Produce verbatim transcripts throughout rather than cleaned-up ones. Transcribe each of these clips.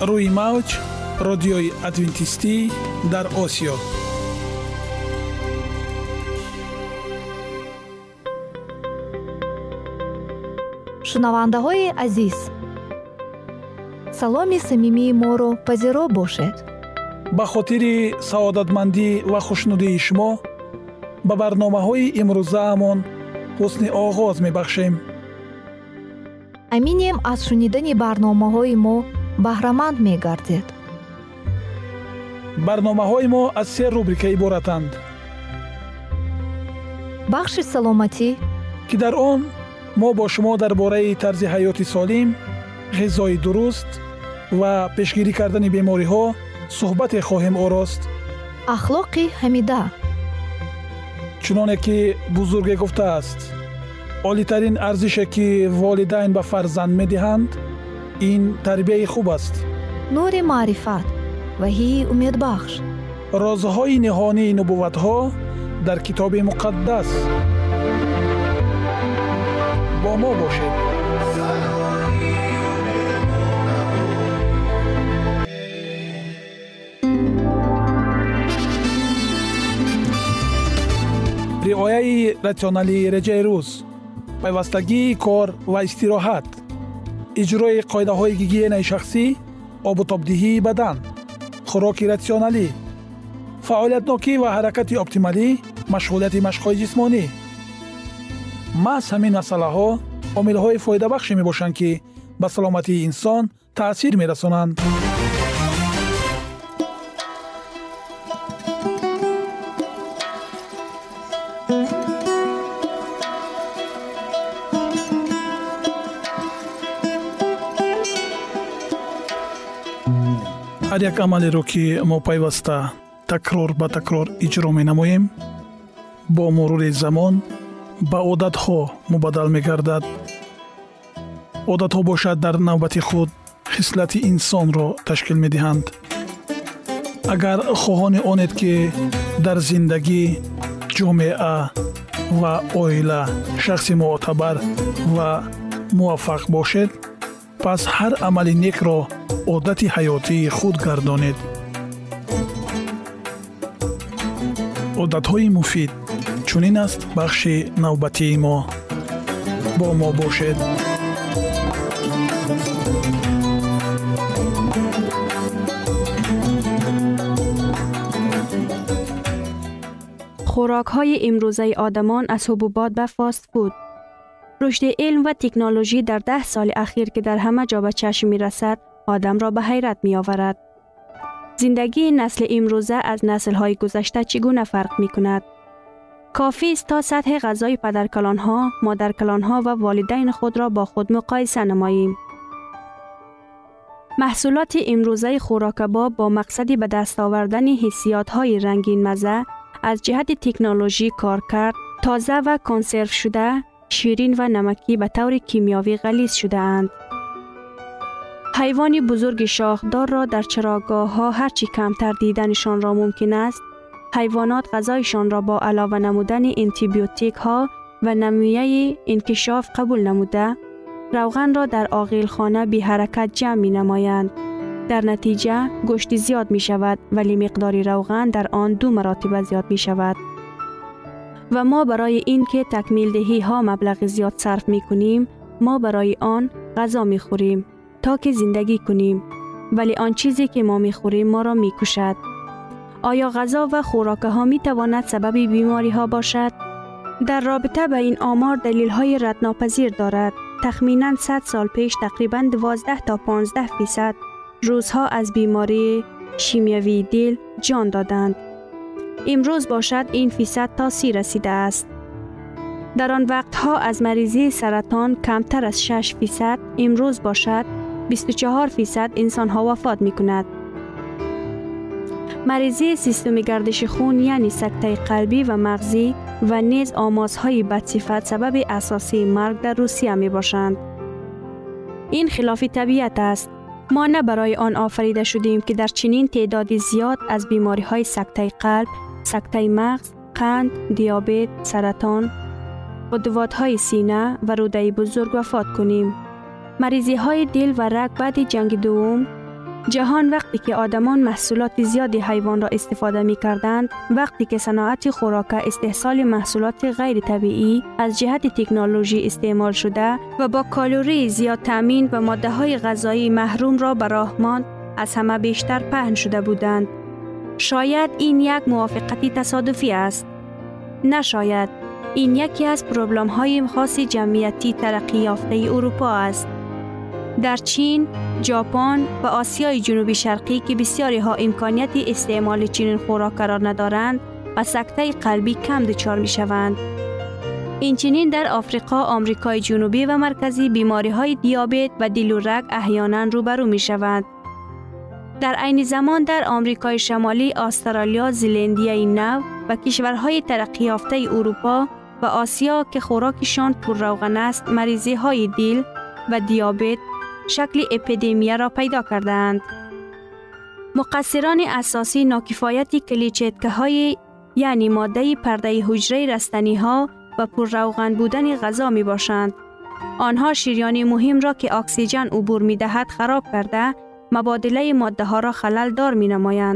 روی موج رادیوی ادوینتیستی در آسیا. шунавандаҳои азиз, саломи самимии моро пазиро бошед. ба хотири саодатмандӣ ва хушнудии шумо ба барномаҳои имрӯзаамон ҳусни оғоз мебахшем. аминем аз шунидани барномаҳои мо баҳраманд мегардед. барномаҳои мо аз се рубрика иборатанд. бахши саломатӣ ки дар он мо бо шумо дар бораи тарзи ҳаёти солим, ғизои дуруст ва пешгирӣ кардани бемориҳо суҳбате хоҳем орост. ахлоқи ҳамида. чуноне ки бузурге гуфтааст, олитарин арзише ки волидайн ба фарзанд медиҳанд, ин тарбияи хуб аст. нури маърифат, ваҳии умедбахш. розҳои ниҳонии нубувватҳо дар китоби муқаддас. با ما باشید. رعایت راسیونالی رجای روز، پیوستگی کار و استراحت، اجرای قاعده‌های گیگینه شخصی، آب و تابدهی بدن، خوراک راسیونالی، فعالیت نوکی و حرکت اپتیمالی، مشغولیت مشق‌های جسمانی. محض همین مسئله‌ها عامل‌های فایده‌بخش می‌باشند که به سلامتی انسان تأثیر می‌رسانند. هر یک عملی رو که ما پیوسته تکرار به تکرار اجرا می‌نماییم، با مرور زمان با عادت‌ها مبادل می‌گردد. عادت‌ها باشد در نوبت خود خصلت انسان را تشکیل می‌دهند. اگر خواهان آنید که در زندگی، جامعه و عائله شخص معتبر و موفق باشد، پس هر عمل نیک را عادت حیاتی خود گردانید. عادت‌های مفید چونین است بخش نوبتی ما. با ما باشد. خوراک‌های امروزه آدمان از حبوبات به فاست فود. رشد علم و تکنولوژی در ده سال اخیر که در همه جا به چشم می‌رسد، آدم را به حیرت می‌آورد. زندگی نسل امروزه از نسل‌های گذشته چگونه فرق می‌کند؟ کافی است تا سطح غذای پدرکلان‌ها، مادرکلان‌ها و والدین خود را با خود مقایسه نماییم. محصولات امروزه خوراک کباب با مقصدی به دست آوردن حسیات‌های رنگین مزه از جهت تکنولوژی کارکرد، تازه و کنسرو شده، شیرین و نمکی به طور کیمیاوی غلیظ شده اند. حیوان بزرگ شاخدار را در چراگاه‌ها هرچی کمتر دیدنشان را ممکن است، حیوانات غذایشان را با علاوه نمودن انتیبیوتیک ها و نمویه انکشاف قبول نموده، روغن را در آغیلخانه بی حرکت جمع می نمایند. در نتیجه گوشت زیاد می شود ولی مقدار روغن در آن دو مراتب زیاد می شود. و ما برای این که تکمیل دهی ها مبلغ زیاد صرف می کنیم، ما برای آن غذا می خوریم تا که زندگی کنیم، ولی آن چیزی که ما می خوریم ما را می کشد. آیا غذا و خوراک ها می تواند سبب بیماری ها باشد؟ در رابطه با این آمار دلیل های ردناپذیر دارد. تخمیناً صد سال پیش تقریباً دوازده تا پانزده فیصد روزها از بیماری شیمیایی دل جان دادند. امروز باشد این فیصد تا سی رسیده است. در آن وقتها از مریضی سرطان کمتر از شش فیصد، امروز باشد بیست و چهار فیصد انسان ها وفات می کند. مریضی سیستم گردش خون یعنی سکته قلبی و مغزی و نیز آمازهای بدصفت سبب اساسی مرگ در روسیه می باشند. این خلاف طبیعت است. ما نه برای آن آفریده شدیم که در چنین تعداد زیاد از بیماری های سکته قلب، سکته مغز، قند، دیابت، سرطان، غدوات های سینه و روده بزرگ وفات کنیم. مریضی های دل و رگ بعد جنگ دوم جهان وقتی که آدمان محصولات زیادی حیوان را استفاده می کردند، وقتی که صنعت خوراک استحصال محصولات غیر طبیعی از جهت تکنولوژی استعمال شده و با کالری زیاد تامین و ماده های غذایی محروم را به راه ماند، از همه بیشتر پهن شده بودند. شاید این یک موافقتی تصادفی است. نه شاید. این یکی از پروبلم های خاص جمعیتی ترقی یافته اروپا است. در چین، ژاپن و آسیای جنوبی شرقی که بسیاری ها امکانیت استعمال چنین خوراک را ندارند و سکته قلبی کم دچار می شوند. این چنین در آفریقا، آمریکای جنوبی و مرکزی بیماری های دیابت و دل و رگ احیانا روبرو می شوند. در عین زمان در آمریکای شمالی، استرالیا، زلندیای نو و کشورهای ترقی یافته اروپا و آسیا که خوراکشان پر روغن است، مریضی های دل و دیابت شکل اپیدمی را پیدا کردند. مقصران اساسی ناکفایت کلیچتکه های یعنی ماده پرده حجره رستنی ها و پر روغن بودن غذا می باشند. آنها شریان مهم را که اکسیژن عبور می دهد خراب کرده، مبادله ماده ها را خلل دار می نمایند.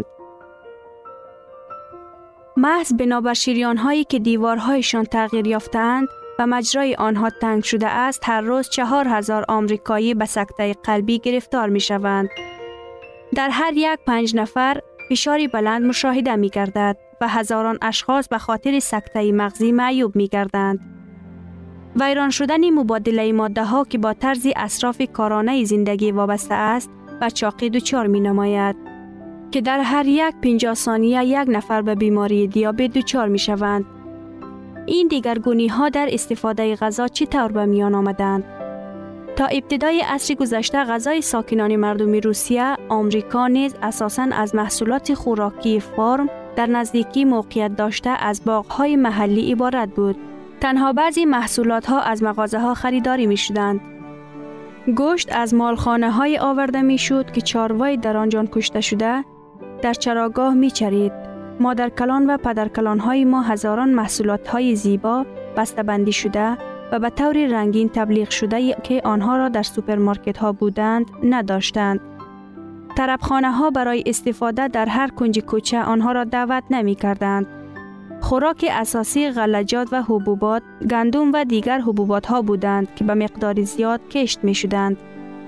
محض بنابر شریان هایی که دیوارهایشان تغییر یافتند و مجرای آنها تنگ شده است، هر روز چهار هزار آمریکایی به سکته قلبی گرفتار می شوند. در هر یک پنج نفر فشاری بلند مشاهده می گردد و هزاران اشخاص به خاطر سکته مغزی معیوب می گردند. ویران شدن مبادله ماده ها که با طرز اصراف کارانه زندگی وابسته است و چاقی دچار می نماید که در هر یک پنجاه ثانیه یک نفر به بیماری دیابت دچار می شوند. این دیگرگونی ها در استفاده غذا چطور به میان آمدند؟ تا ابتدای عصر گذشته غذای ساکنان مردم روسیه، آمریکا نیز اساساً از محصولات خوراکی فارم در نزدیکی موقعیت داشته از باغ‌های محلی عبارت بود. تنها بعضی محصولات ها از مغازه ها خریداری می شدند. گوشت از مالخانه های آورده می شد که چاروای در آنجان کشته شده در چراگاه می چرید. مادرکلان و پدرکلان های ما هزاران محصولات های زیبا بسته‌بندی شده و به طور رنگین تبلیغ شده که آنها را در سوپرمارکت ها بودند نداشتند. طربخانه ها برای استفاده در هر کنج کوچه آنها را دعوت نمی کردند. خوراک اساسی غلجات و حبوبات، گندم و دیگر حبوبات ها بودند که به مقدار زیاد کشت می شدند.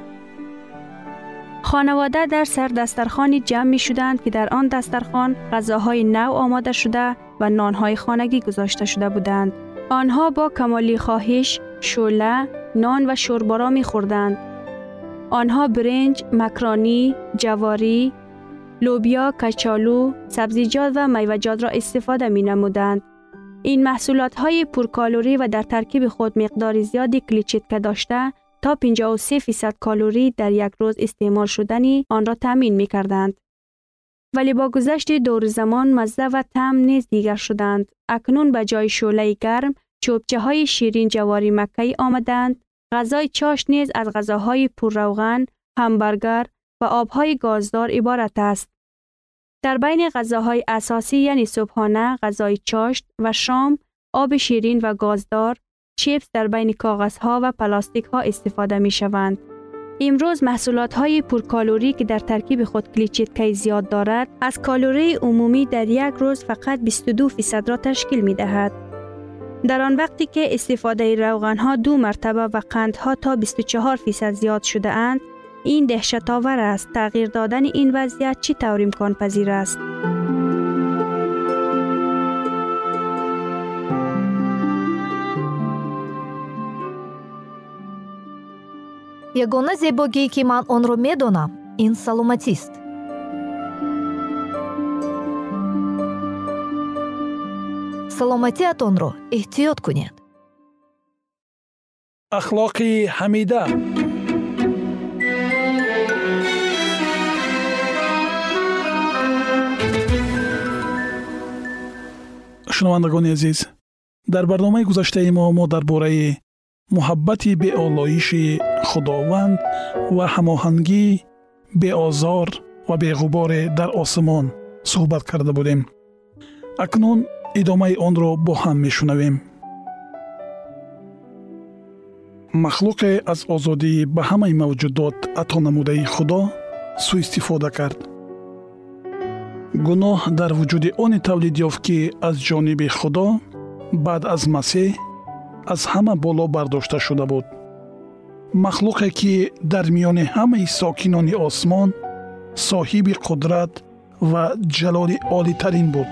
خانواده در سر دسترخوانی جمع می شدند که در آن دسترخوان غذاهای نو آماده شده و نانهای خانگی گذاشته شده بودند. آنها با کمالی خواهش، شوله، نان و شوربا را می خوردند. آنها برنج، مکرانی، جواری، لوبیا، کچالو، سبزیجات و میوه‌جات را استفاده می نمودند. این محصولات های پرکالری و در ترکیب خود مقدار زیادی کلیچتکه داشته تا پنجاه و سه درصد کالری در یک روز استعمال شدنی آن را تامین می کردند. ولی با گذشت دور زمان مزه و طعم نیز دیگر شدند. اکنون به جای شعله گرم چوبچه های شیرین جواری مکه‌ای آمدند. غذای چاشت نیز از غذاهای پر روغن، همبرگر و آبهای گازدار عبارت است. در بین غذاهای اساسی یعنی صبحانه، غذای چاشت و شام، آب شیرین و گازدار، چیپس در بین کاغذها و پلاستیک ها استفاده می شوند. امروز محصولات های پرکالری که در ترکیب خود کلیچتکه زیاد دارد، از کالری عمومی در یک روز فقط بیست و دو درصد را تشکیل می دهد. در آن وقتی که استفاده روغن ها دو مرتبه و قندها تا بیست و چهار درصد زیاد شده اند، این دهشت‌آور است. تغییر دادن این وضعیت چطور امکان پذیر است؟ ягона зебогие ки ман онро медонам ин саломатист. саломатиатонро эҳтиёт кунед. اخلاقی حمیده. шунавандагони азиз, дар барномаи гузаштаи мо мо дар бораи муҳаббати беолоиши худованд ва ҳамоҳангии беозор ва беғуборе дар осмон суҳбат карда будем. акнун идомаи онро бо ҳам мешунавем. махлуқе аз озодӣ ба ҳамаи мавҷудот ато намудаи худо суистифода кард. гуноҳ дар вуҷуди оне тавлид ёфт, ки аз ҷониби худо баъд аз масеҳ аз ҳама боло бардошта шуда буд. махлуқе ки дар миёни ҳамаи сокинони осмон соҳиби қудрат ва ҷалоли олитарин буд.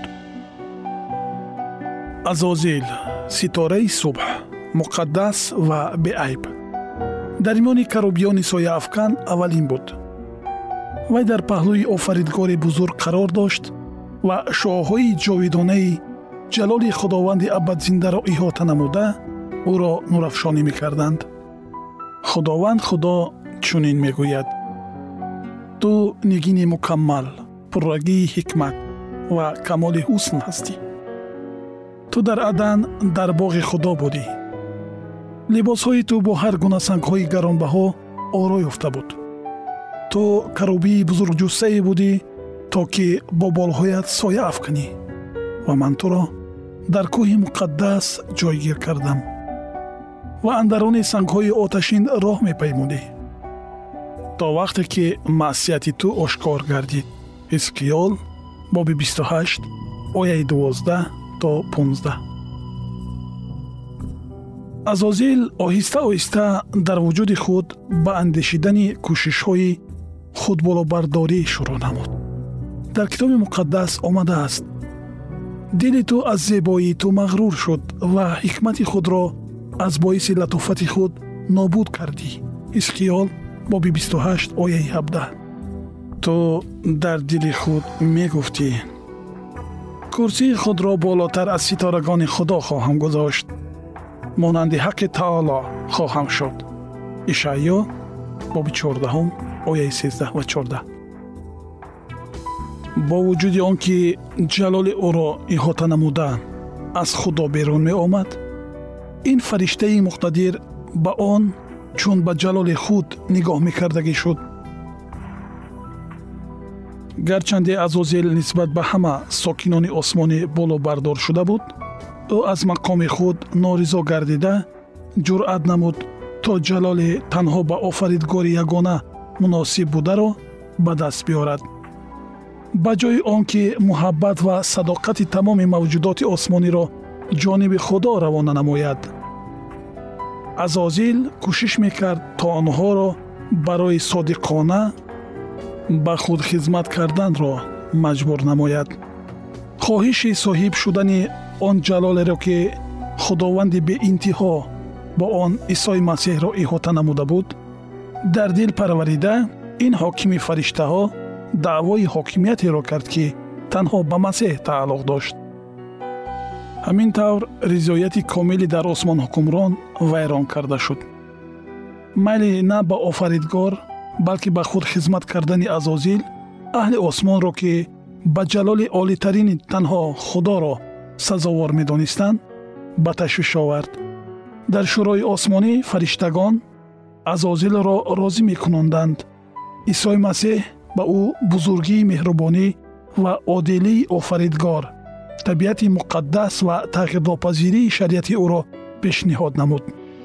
азозил, ситораи субҳ, муқаддас ва беайб, дар миёни карубиёни сояафкан аввалин буд. вай дар паҳлӯи офаридгори бузург қарор дошт ва шуоҳои ҷовидонаи ҷалоли худованди абадзиндаро иҳота намуда ӯро нурафшонӣ мекарданд. худованд худо чунин мегӯяд: ту нигини мукаммал, пуррагии ҳикмат ва камоли ҳусн ҳастӣ. ту дар адан дар боғи худо будӣ. либосҳои ту бо ҳар гуна сангҳои гаронбаҳо оро ёфта буд. ту карубии бузургҷуссае будӣ, то ки бо болҳоят соя афканӣ, ва ман туро дар кӯҳи муқаддас ҷойгир кардам ва андарони сангҳои оташин роҳ мепаймудӣ, то вақте ки маъсияти ту ошкор гардид. ҳизқиёл боби бисту ҳашт ояи дувоздаҳ то понздаҳ. азозил оҳиста оҳиста дар вуҷуди худ ба андешидани кӯшишҳои худболобардорӣ шурӯъ намуд. дар китоби муқаддас омадааст: дили ту аз зебоии ту мағрур шуд ва ҳикмати худро аз боиси латофати худ нобуд кардӣ. ҳизқиёл боби бисту ҳашт ояи ҳабдаҳ. ту дар дили худ мегуфтӣ: курсии худро болотар аз ситорагони худо хоҳам гузошт, монанди ҳаққи таоло хоҳам шуд. ишаъё боби чордаҳум ояи сездаҳ ва чордаҳ. бо вуҷуди он ки ҷалоли ӯро иҳота намуда аз худо берун меомад, ин фариштаи муқтадир ба он чун ба ҷалоли худ нигоҳ мекардагӣ шуд. гарчанде азозил нисбат ба ҳама сокинони осмонӣ болобардор шуда буд, ӯ аз мақоми худ норизо гардида ҷуръат намуд, то ҷалоли танҳо ба офаридгори ягона муносиб бударо ба даст биёрад, ба ҷои он ки муҳаббат ва садоқати тамоми мавҷудоти осмониро ҷониби худо равона намояд. азозил кӯшиш мекард, то онҳоро барои содиқона ба худ хизмат карданро маҷбур намояд. хоҳиши соҳиб шудани он ҷалолеро ки худованди беинтиҳо бо он исои масеҳро иҳота намуда буд, дар дил парварида, ин ҳокими фариштаҳо даъвои ҳокимиятеро кард, ки танҳо ба масеҳ тааллуқ дошт. ҳамин тавр ризояти комилӣ дар осмон ҳукмрон вайрон карда шуд. майли на ба офаридгор, балки ба худ хизмат кардани азозил аҳли осмонро, ки ба ҷалоли олитарини танҳо худоро сазовор медонистанд, ба ташвиш овард. дар шӯрои осмонӣ фариштагон азозилро розӣ мекунонданд. исои масеҳ ба ӯ бузургии меҳрубонӣ ва одилии офаридгор, табиати муқаддас ва тағйирнопазирии шариати ӯро пешниҳод намуд.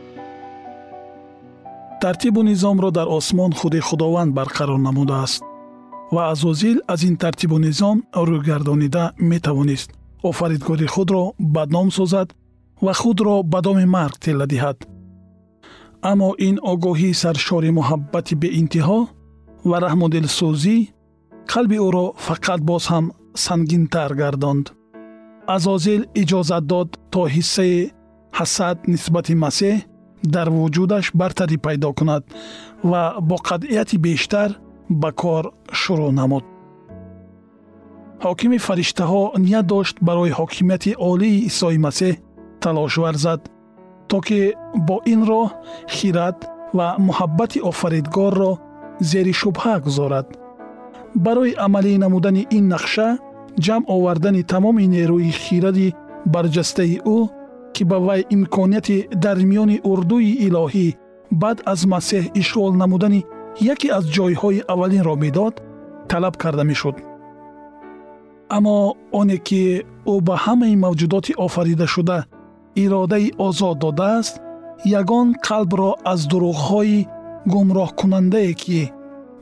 тартибу низомро дар осмон худи худованд барқарор намудааст ва азозил аз ин тартибу низом рӯйгардонида метавонист офаридгори худро бадном созад ва худро ба доми марг тилла диҳад. аммо ин огоҳии саршори муҳаббати беинтиҳо ва раҳму дилсӯзӣ қалби ӯро фақат боз ҳам сангинтар гардонд. азозил иҷозат дод, то ҳиссаи ҳасад нисбати масеҳ дар вуҷудаш бартарӣ пайдо кунад ва бо қатъияти бештар ба кор шурӯъ намуд. ҳокими фариштаҳо ният дошт барои ҳокимияти олии исои масеҳ талош варзад, то ки бо ин роҳ хират ва муҳаббати офаридгорро зери шубҳа гузорад. барои амалӣ намудани ин нақша, ҷамъ овардани тамоми нерӯи хиради барҷастаи ӯ, ки ба вай имконияти дар миёни урдуи илоҳӣ баъд аз масеҳ ишғол намудани яке аз ҷойҳои аввалинро медод, талаб карда мешуд. аммо оне ки ӯ ба ҳамаи мавҷудоти офаридашуда иродаи озод додааст, ягон қалбро аз дурӯғҳои гумроҳкунандае, ки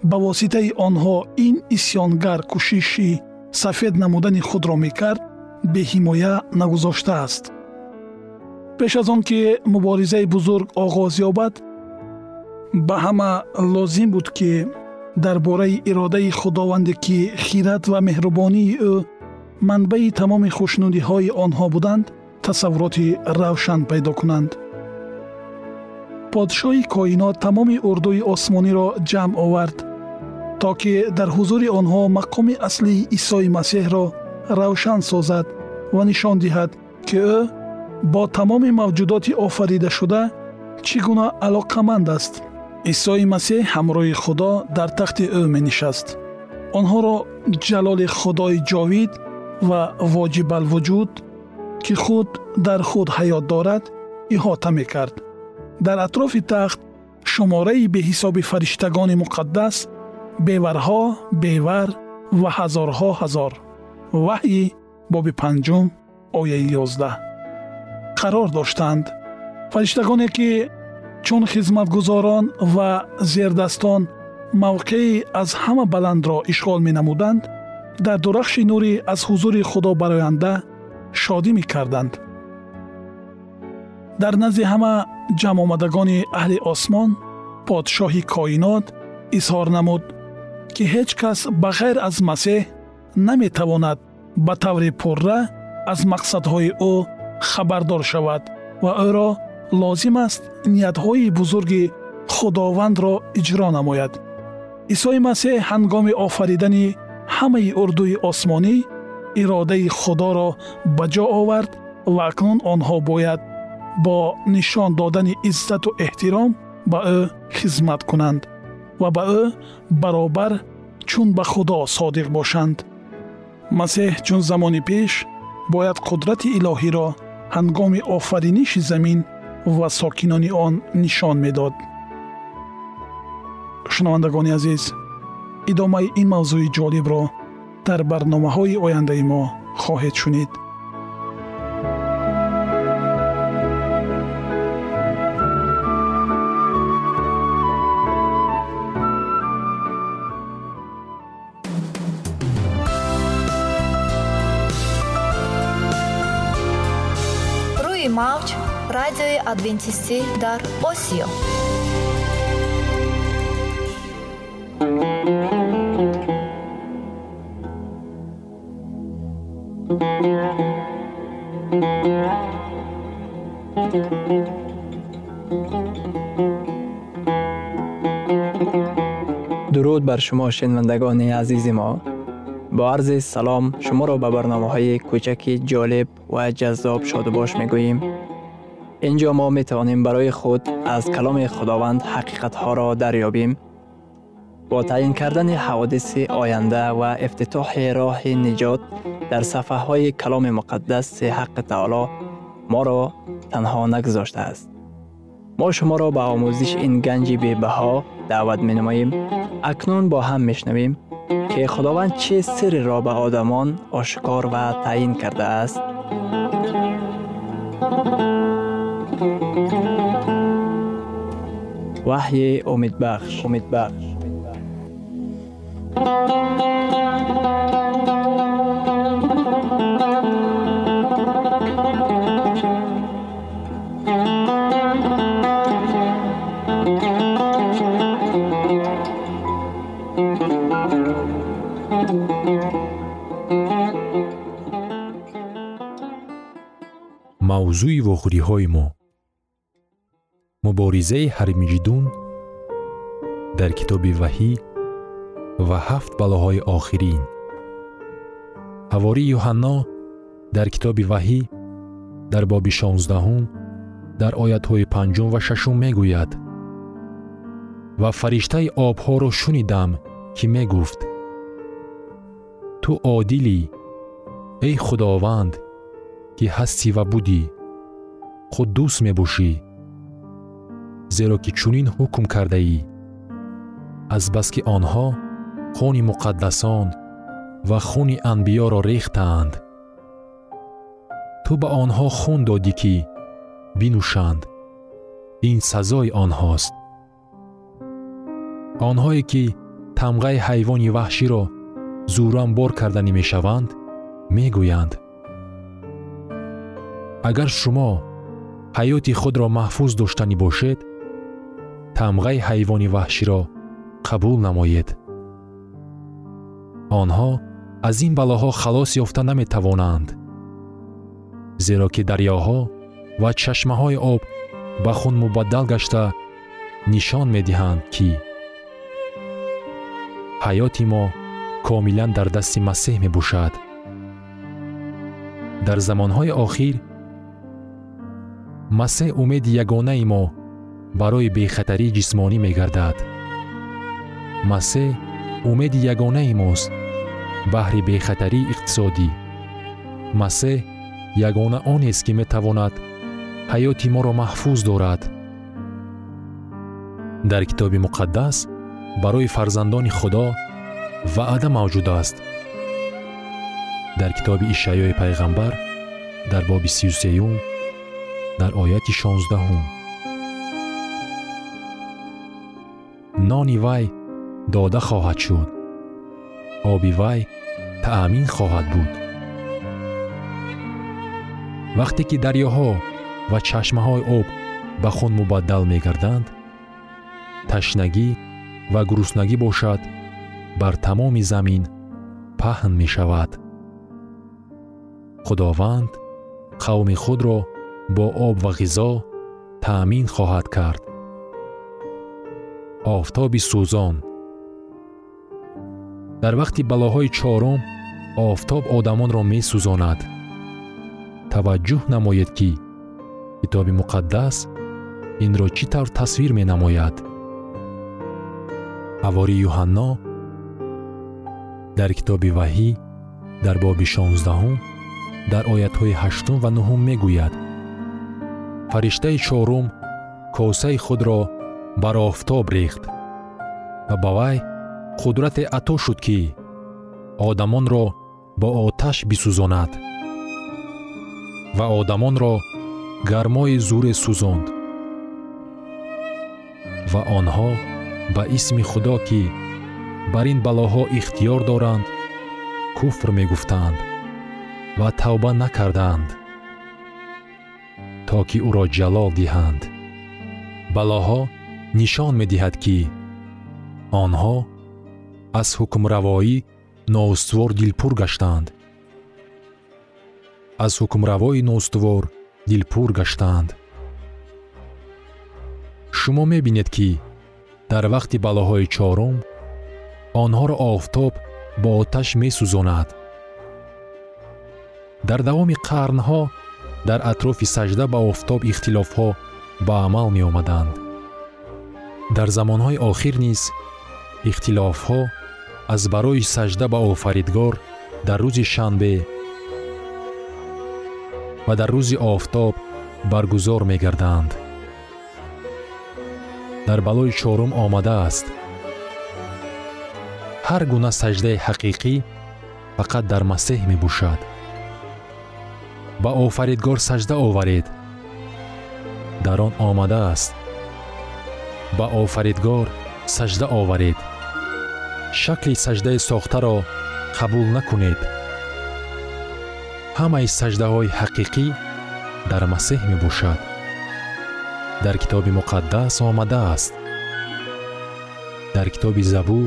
ба воситаи онҳо ин исьёнгар кӯшиши сафед намудани худро мекард, беҳимоя нагузоштааст. пеш аз он ки муборизаи бузург оғоз ёбад, ба ҳама лозим буд ки дар бораи иродаи худованде ки хират ва меҳрубонии ӯ манбаи тамоми хушнудиҳои онҳо буданд, тасаввуроти равшан пайдо кунанд. подшоҳи коинот тамоми урдуи осмониро ҷамъ овард, то ки дар ҳузури онҳо мақоми аслии Исои Масеҳро равшан созад ва нишон диҳад, ки ӯ бо тамоми мавҷудоти офаридашуда чӣ гуна алоқаманд аст. исои Масеҳ ҳамроҳи Худо дар тахти ӯ менишаст. онҳоро ҷалоли Худои ҷовид ва воҷибалвуҷуд, ки худ дар худ ҳаёт дорад, иҳота мекард. дар атрофи тахт шумораи беҳисоби фариштагони муқаддас, беварҳо бевар ва ҳазорҳо ҳазор. ваҳйи боби панҷум ояи ёздаҳ қарор доштанд. фариштагоне ки чун хизматгузорон ва зердастон мавқеи аз ҳама баландро ишғол менамуданд, дар дурахши нурӣ аз ҳузури Худо бароянда шодӣ мекарданд. дар назди ҳама ҷамъомадагони аҳли осмон, подшоҳи коинот изҳор намуд, ки ҳеҷ кас ба ғайр аз Масеҳ наметавонад ба таври пурра аз мақсадҳои ӯ хабардор шавад ва ӯро лозим аст ниятҳои бузурги Худовандро иҷро намояд. исои Масеҳ ҳангоми офаридани ҳамаи урдуи осмонӣ иродаи Худоро ба ҷо овард ва акнун онҳо бояд бо нишон додани иззату эҳтиром ба ӯ хизмат кунанд ва ба ӯ баробар чун ба Худо содиқ бошанд. Масеҳ чун замони пеш бояд қудрати илоҳиро ҳангоми офариниши замин ва сокинони он нишон медод. шунавандагони азиз, идомаи ин мавзӯи ҷолибро дар барномаҳои ояндаи мо хоҳед шунид. рӯи мавҷ радиои адвентистӣ дар Осиё. درود بر شما شنوندگان عزیز ما. با عرض سلام شما را به برنامه‌های کوچکی جالب و جذاب شادباش می‌گوییم. اینجا ما می‌توانیم برای خود از کلام خداوند حقیقت‌ها را دریابیم. با تعیین کردن حوادث آینده و افتتاح راه نجات در صفحه‌های کلام مقدس حق تعالی ما را تنها نگذاشته است. ما شما را به آموزش این گنج بی‌بها دعوت می‌نماییم. اکنون با هم می‌شنویم که خداوند چه سری را به آدمان آشکار و تعیین کرده است. وحی امیدبخش امیدبخش мавзӯи вохӯриҳои мо муборизаи ҳармиҷидун дар китоби ваҳӣ ва ҳафт балоҳои охирин. ҳавори Юҳанно дар китоби ваҳӣ дар боби шонздаҳум дар оятҳои панҷум ва шашум мегӯяд: ва фариштаи обҳоро шунидам, ки мегуфт: ту одилӣ, эй худованд, ки ҳастӣ ва будӣ, қуддус мебошӣ, зеро ки чунин ҳукм кардаӣ, азбаски онҳо хуни муқаддасон ва хуни анбиёро рехтаанд. ту ба онҳо хун додӣ, ки бинӯшанд, ин сазои онҳост. онҳое ки тамғаи ҳайвони ваҳширо зӯран бор карданӣ мешаванд, мегӯянд: агар шумо ҳаёти худро маҳфуз доштанӣ бошед, тамғаи ҳайвони ваҳширо қабул намоед. онҳо аз ин балоҳо халос ёфта наметавонанд, зеро ки дарёҳо ва чашмаҳои об ба хун мубаддал гашта нишон медиҳанд, ки ҳаёти мо комилан дар дасти масеҳ мебошад. дар замонҳои охир масеҳ умеди ягонаи мо барои бехатарии ҷисмонӣ мегардад. масеҳ умеди ягонаи мост баҳри бехатарии иқтисодӣ. масеҳ ягона онест ки метавонад ҳаёти моро маҳфуз дорад. дар китоби муқаддас барои фарзандони худо ваъда мавҷуд аст. дар китоби ишаъёи пайғамбар дар боби сию сеюм дар ояти шонздаҳум: нони вай дода хоҳад шуд, оби вай таъмин хоҳад буд. вақте ки дарёҳо ва чашмаҳои об ба хун мубаддал мегарданд, ташнагӣ ва гуруснагӣ бошад, бар тамоми замин паҳн мешавад. худованд қавми худро бо об ва ғизо таъмин хоҳад кард. офтоби сӯзон. дар вақти балоҳои чорум офтоб одамонро месӯзонад. таваҷҷӯҳ намоед, ки китоби муқаддас инро чӣ тавр тасвир менамояд. ҳавори Юҳанно дар китоби ваҳӣ дар боби шонздаҳум дар оятҳои ҳаштум ва нуҳум мегӯяд: фариштаи чорум косаи худро бар офтоб рехт ва ба вай қудрате ато шуд, ки одамонро бо оташ бисӯзонад ва одамонро гармои зӯре сӯзонд. ва онҳо ба исми худо, ки бар ин балоҳо ихтиёр доранд, куфр мегуфтанд ва тавба накарданд, то ки ӯро ҷалол диҳанд. балоҳо нишон медиҳад, ки онҳо аз ҳукмравоӣ ноустувор дилпур гаштанд. аз ҳукмравои ноустувор дилпур гаштанд. шумо мебинед, ки дар вақти балоҳои чорум онҳоро офтоб бо оташ месӯзонад. дар давоми қарнҳо дар атрофи сажда ба офтоб ихтилофҳо ба амал меомаданд. дар замонҳои охир низ ихтилофҳо аз барои сажда ба офаридгор дар рӯзи шанбе ва дар рӯзи офтоб баргузор мегарданд. дар балои чорум омадааст: ҳар гуна саждаи ҳақиқӣ фақат дар масеҳ мебошад. ба офаридгор сажда оваред. дар он омадааст: ба офаридгор сажда оваред. шакли саждаи сохтаро қабул накунед. ҳамаи саждаҳои ҳақиқӣ дар масеҳ мебошад. дар китоби муқаддас омадааст. дар китоби забур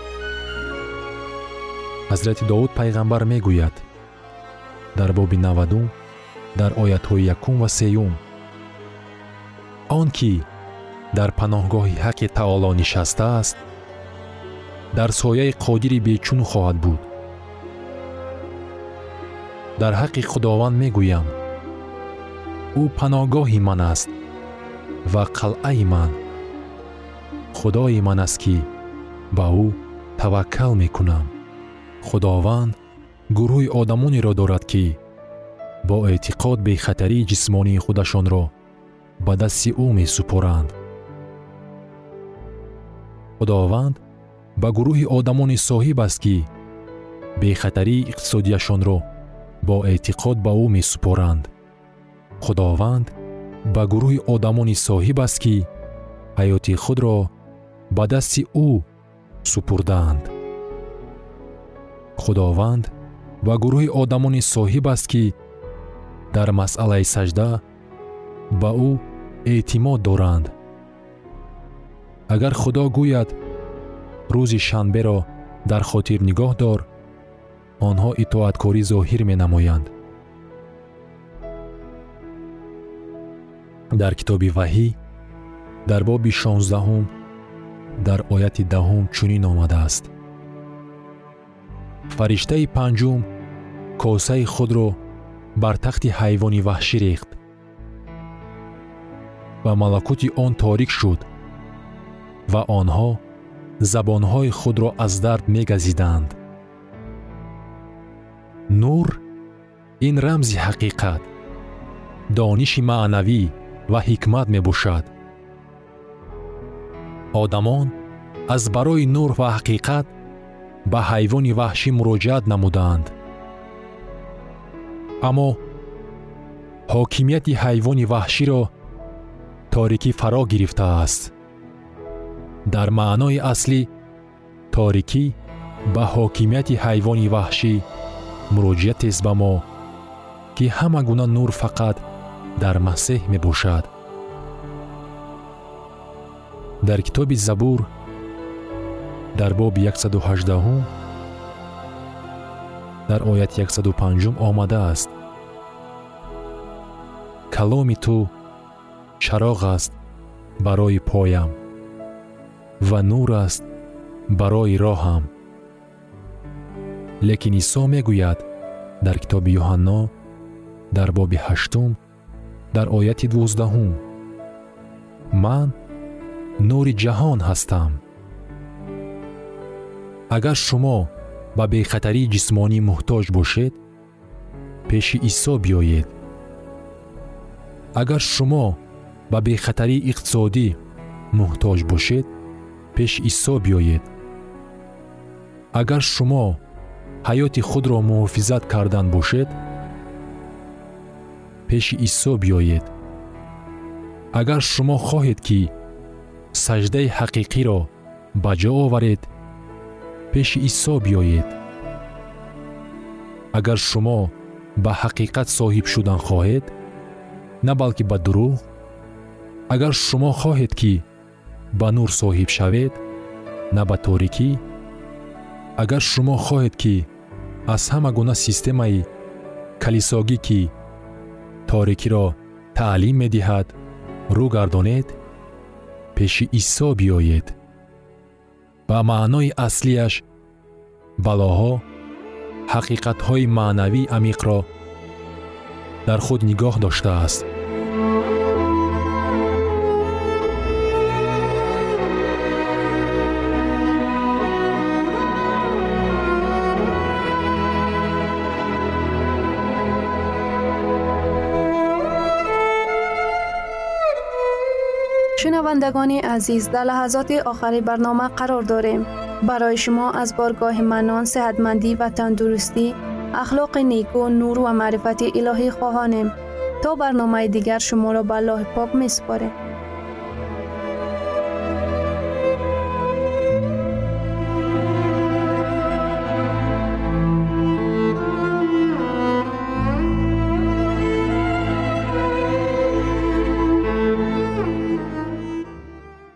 ҳазрати Довуд пайғамбар мегӯяд дар боби навадум дар оятҳои якум ва сеюм: он ки дар паноҳгоҳи ҳаққи таоло нишастааст, дар сояи қодири бечун хоҳад буд. дар ҳаққи худованд мегӯям: ӯ паноҳгоҳи ман аст ва қалъаи ман. худои ман аст, ки ба ӯ таваккал мекунам. худованд гурӯҳи одамонеро дорад, ки бо эътиқод бехатарии ҷисмонии худашонро ба дасти ӯ месупоранд. худованд ба гурӯҳи одамони соҳиб аст, ки бехатарии иқтисодияшонро бо эътиқод ба ӯ месупоранд. худованд ба гурӯҳи одамони соҳиб аст, ки ҳаёти худро ба дасти ӯ سپردند. خداوند و گروه آدمان صاحب است که در مسئله سجده به او اعتماد دارند. اگر خدا گوید روز شنبه را در خاطر نگاه دار، آنها اطاعتکاری ظاهر می نمایند. در کتاب وحی در باب شانزدهم در آیت دهم چنین آمده است: فرشته پنجم کاسه خود را بر تخت حیوان وحشی ریخت و ملکوت آن تاریک شد و آنها زبانهای خود را از درد می‌گزیدند. نور این رمز حقیقت، دانش معنوی و حکمت میباشد. آدمان از برای نور و حقیقت به حیوان وحشی مراجعت نمودند. اما حاکمیت حیوان وحشی را تاریکی فرا گرفته است. در معنای اصلی تاریکی به حاکمیت حیوان وحشی مراجعت است به ما که همه گونه نور فقط در مسیح می باشد. در کتاب زبور در باب صد و هجده در آیت صد و پنج آمده است: کلام تو چراغ است برای پایم و نور است برای راهم. لیکن عیسی می گوید در کتاب یوحنا در باب هشتم در آیت دوازدهم: من نور جهان هستم. اگر شما به بی‌خطری جسمانی محتاج باشید، پیش عیسی بیایید. اگر شما به بی‌خطری اقتصادی محتاج باشید، پیش عیسی بیایید. اگر شما حیات خود را محافظت کردن باشید، پیش عیسی بیایید. اگر شما خواهید که سجده حقیقی را بجا آورید، پیش عیسی بیایید. اگر شما به حقیقت صاحب شدن خواهید، نه بلکه به دروغ، اگر شما خواهید که به نور صاحب شوید، نه به تاریکی، اگر شما خواهید که از همه گونه سیستم کلیساگی که تاریکی را تعلیم می دهد رو گردانید، پیش عیسی بیایید. به معنای اصلیش بلاها، حقیقت‌های معنوی عمیق را در خود نگاه داشته است. شنوندگان عزیز، در لحظات آخری برنامه قرار داریم. برای شما از بارگاه منان، صحتمندی و تندرستی، اخلاق نیکو، نور و معرفت الهی خواهانیم. تا برنامه دیگر شما را به الله پاک می‌سپاریم.